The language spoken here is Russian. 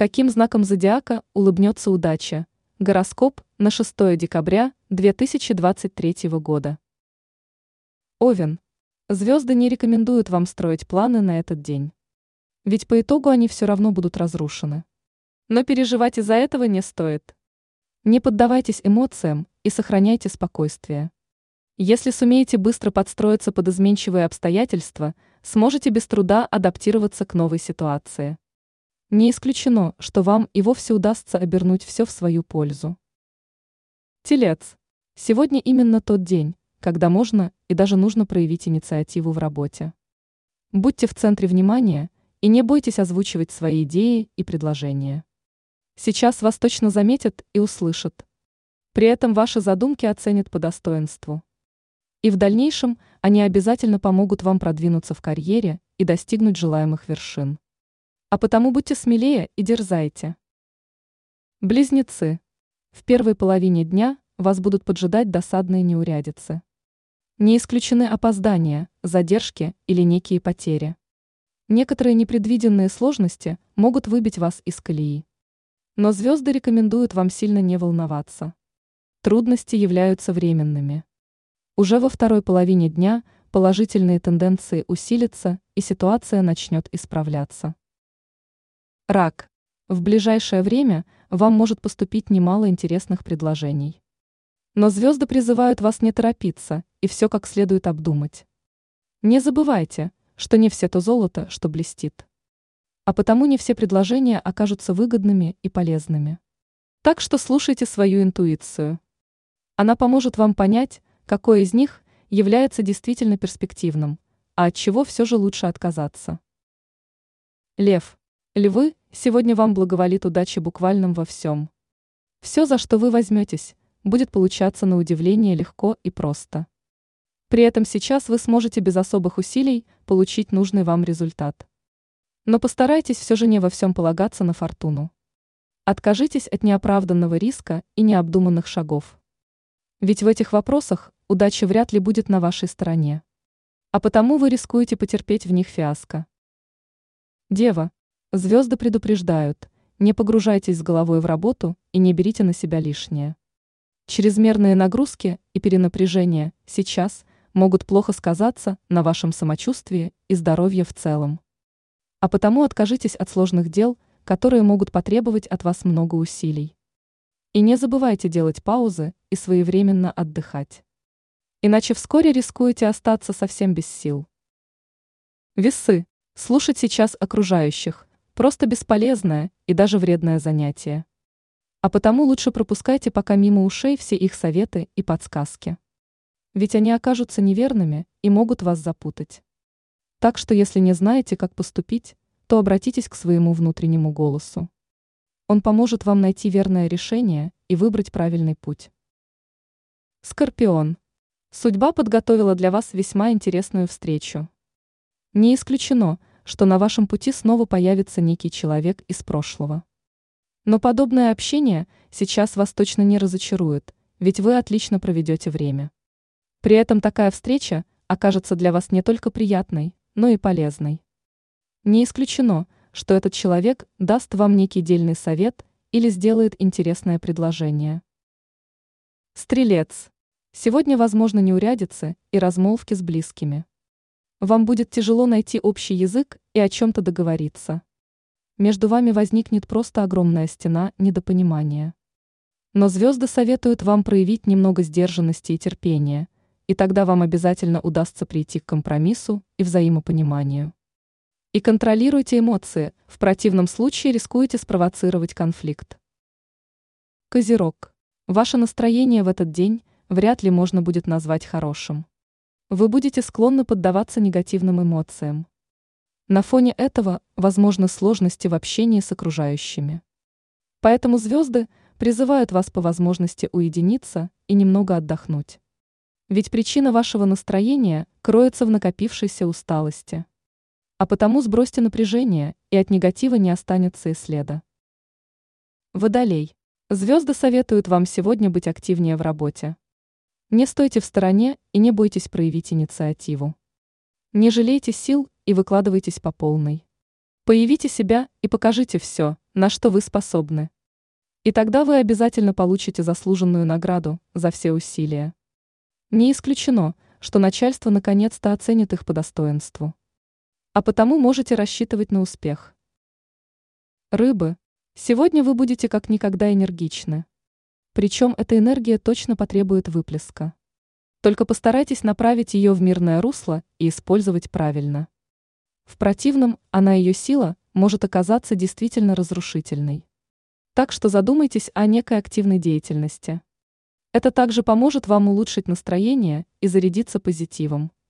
Каким знаком зодиака улыбнется удача? Гороскоп на 6 декабря 2023 года. Овен. Звезды не рекомендуют вам строить планы на этот день. Ведь по итогу они все равно будут разрушены. Но переживать из-за этого не стоит. Не поддавайтесь эмоциям и сохраняйте спокойствие. Если сумеете быстро подстроиться под изменчивые обстоятельства, сможете без труда адаптироваться к новой ситуации. Не исключено, что вам и вовсе удастся обернуть все в свою пользу. Телец. Сегодня именно тот день, когда можно и даже нужно проявить инициативу в работе. Будьте в центре внимания и не бойтесь озвучивать свои идеи и предложения. Сейчас вас точно заметят и услышат. При этом ваши задумки оценят по достоинству. И в дальнейшем они обязательно помогут вам продвинуться в карьере и достигнуть желаемых вершин. А потому будьте смелее и дерзайте. Близнецы. В первой половине дня вас будут поджидать досадные неурядицы. Не исключены опоздания, задержки или некие потери. Некоторые непредвиденные сложности могут выбить вас из колеи. Но звезды рекомендуют вам сильно не волноваться. Трудности являются временными. Уже во второй половине дня положительные тенденции усилятся и ситуация начнет исправляться. Рак. В ближайшее время вам может поступить немало интересных предложений. Но звезды призывают вас не торопиться и все как следует обдумать. Не забывайте, что не все то золото, что блестит. А потому не все предложения окажутся выгодными и полезными. Так что слушайте свою интуицию. Она поможет вам понять, какой из них является действительно перспективным, а от чего все же лучше отказаться. Лев. Львы, сегодня вам благоволит удача буквально во всем. Все, за что вы возьметесь, будет получаться на удивление легко и просто. При этом сейчас вы сможете без особых усилий получить нужный вам результат. Но постарайтесь все же не во всем полагаться на фортуну. Откажитесь от неоправданного риска и необдуманных шагов. Ведь в этих вопросах удача вряд ли будет на вашей стороне. А потому вы рискуете потерпеть в них фиаско. Дева. Звезды предупреждают, не погружайтесь с головой в работу и не берите на себя лишнее. Чрезмерные нагрузки и перенапряжение сейчас могут плохо сказаться на вашем самочувствии и здоровье в целом. А потому откажитесь от сложных дел, которые могут потребовать от вас много усилий. И не забывайте делать паузы и своевременно отдыхать. Иначе вскоре рискуете остаться совсем без сил. Весы. Слушать сейчас окружающих – просто бесполезное и даже вредное занятие. А потому лучше пропускайте пока мимо ушей все их советы и подсказки. Ведь они окажутся неверными и могут вас запутать. Так что если не знаете, как поступить, то обратитесь к своему внутреннему голосу. Он поможет вам найти верное решение и выбрать правильный путь. Скорпион. Судьба подготовила для вас весьма интересную встречу. Не исключено, что на вашем пути снова появится некий человек из прошлого. Но подобное общение сейчас вас точно не разочарует, ведь вы отлично проведете время. При этом такая встреча окажется для вас не только приятной, но и полезной. Не исключено, что этот человек даст вам некий дельный совет или сделает интересное предложение. Стрелец. Сегодня возможны неурядицы и размолвки с близкими. Вам будет тяжело найти общий язык и о чем-то договориться. Между вами возникнет просто огромная стена недопонимания. Но звезды советуют вам проявить немного сдержанности и терпения, и тогда вам обязательно удастся прийти к компромиссу и взаимопониманию. И контролируйте эмоции, в противном случае рискуете спровоцировать конфликт. Козерог. Ваше настроение в этот день вряд ли можно будет назвать хорошим. Вы будете склонны поддаваться негативным эмоциям. На фоне этого возможны сложности в общении с окружающими. Поэтому звезды призывают вас по возможности уединиться и немного отдохнуть. Ведь причина вашего настроения кроется в накопившейся усталости. А потому сбросьте напряжение, и от негатива не останется и следа. Водолей. Звезды советуют вам сегодня быть активнее в работе. Не стойте в стороне и не бойтесь проявить инициативу. Не жалейте сил и выкладывайтесь по полной. Появите себя и покажите все, на что вы способны. И тогда вы обязательно получите заслуженную награду за все усилия. Не исключено, что начальство наконец-то оценит их по достоинству. А потому можете рассчитывать на успех. Рыбы. Сегодня вы будете как никогда энергичны. Причем эта энергия точно потребует выплеска. Только постарайтесь направить ее в мирное русло и использовать правильно. В противном, ее сила может оказаться действительно разрушительной. Так что задумайтесь о некой активной деятельности. Это также поможет вам улучшить настроение и зарядиться позитивом.